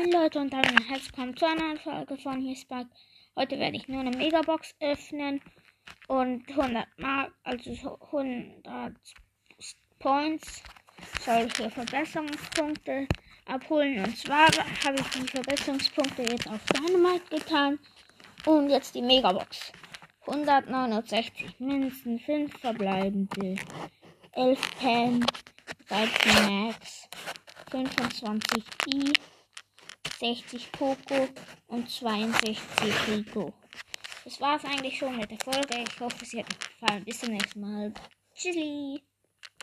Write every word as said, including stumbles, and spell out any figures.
Moin Leute und damit herzlich willkommen zu einer neuen Folge von hier Spark. Heute werde ich nur eine Megabox öffnen und hundert Mark, also hundert Points, soll ich hier Verbesserungspunkte abholen. Und zwar habe ich die Verbesserungspunkte jetzt auf Dynamite getan und jetzt die Megabox. hundertneunundsechzig Münzen, fünf verbleibende, elf Pen, dreizehn Max, fünfundzwanzig I, sechzig Poco und zweiundsechzig Rico. Das war's eigentlich schon mit der Folge. Ich hoffe, es hat euch gefallen. Bis zum nächsten Mal. Tschüssi.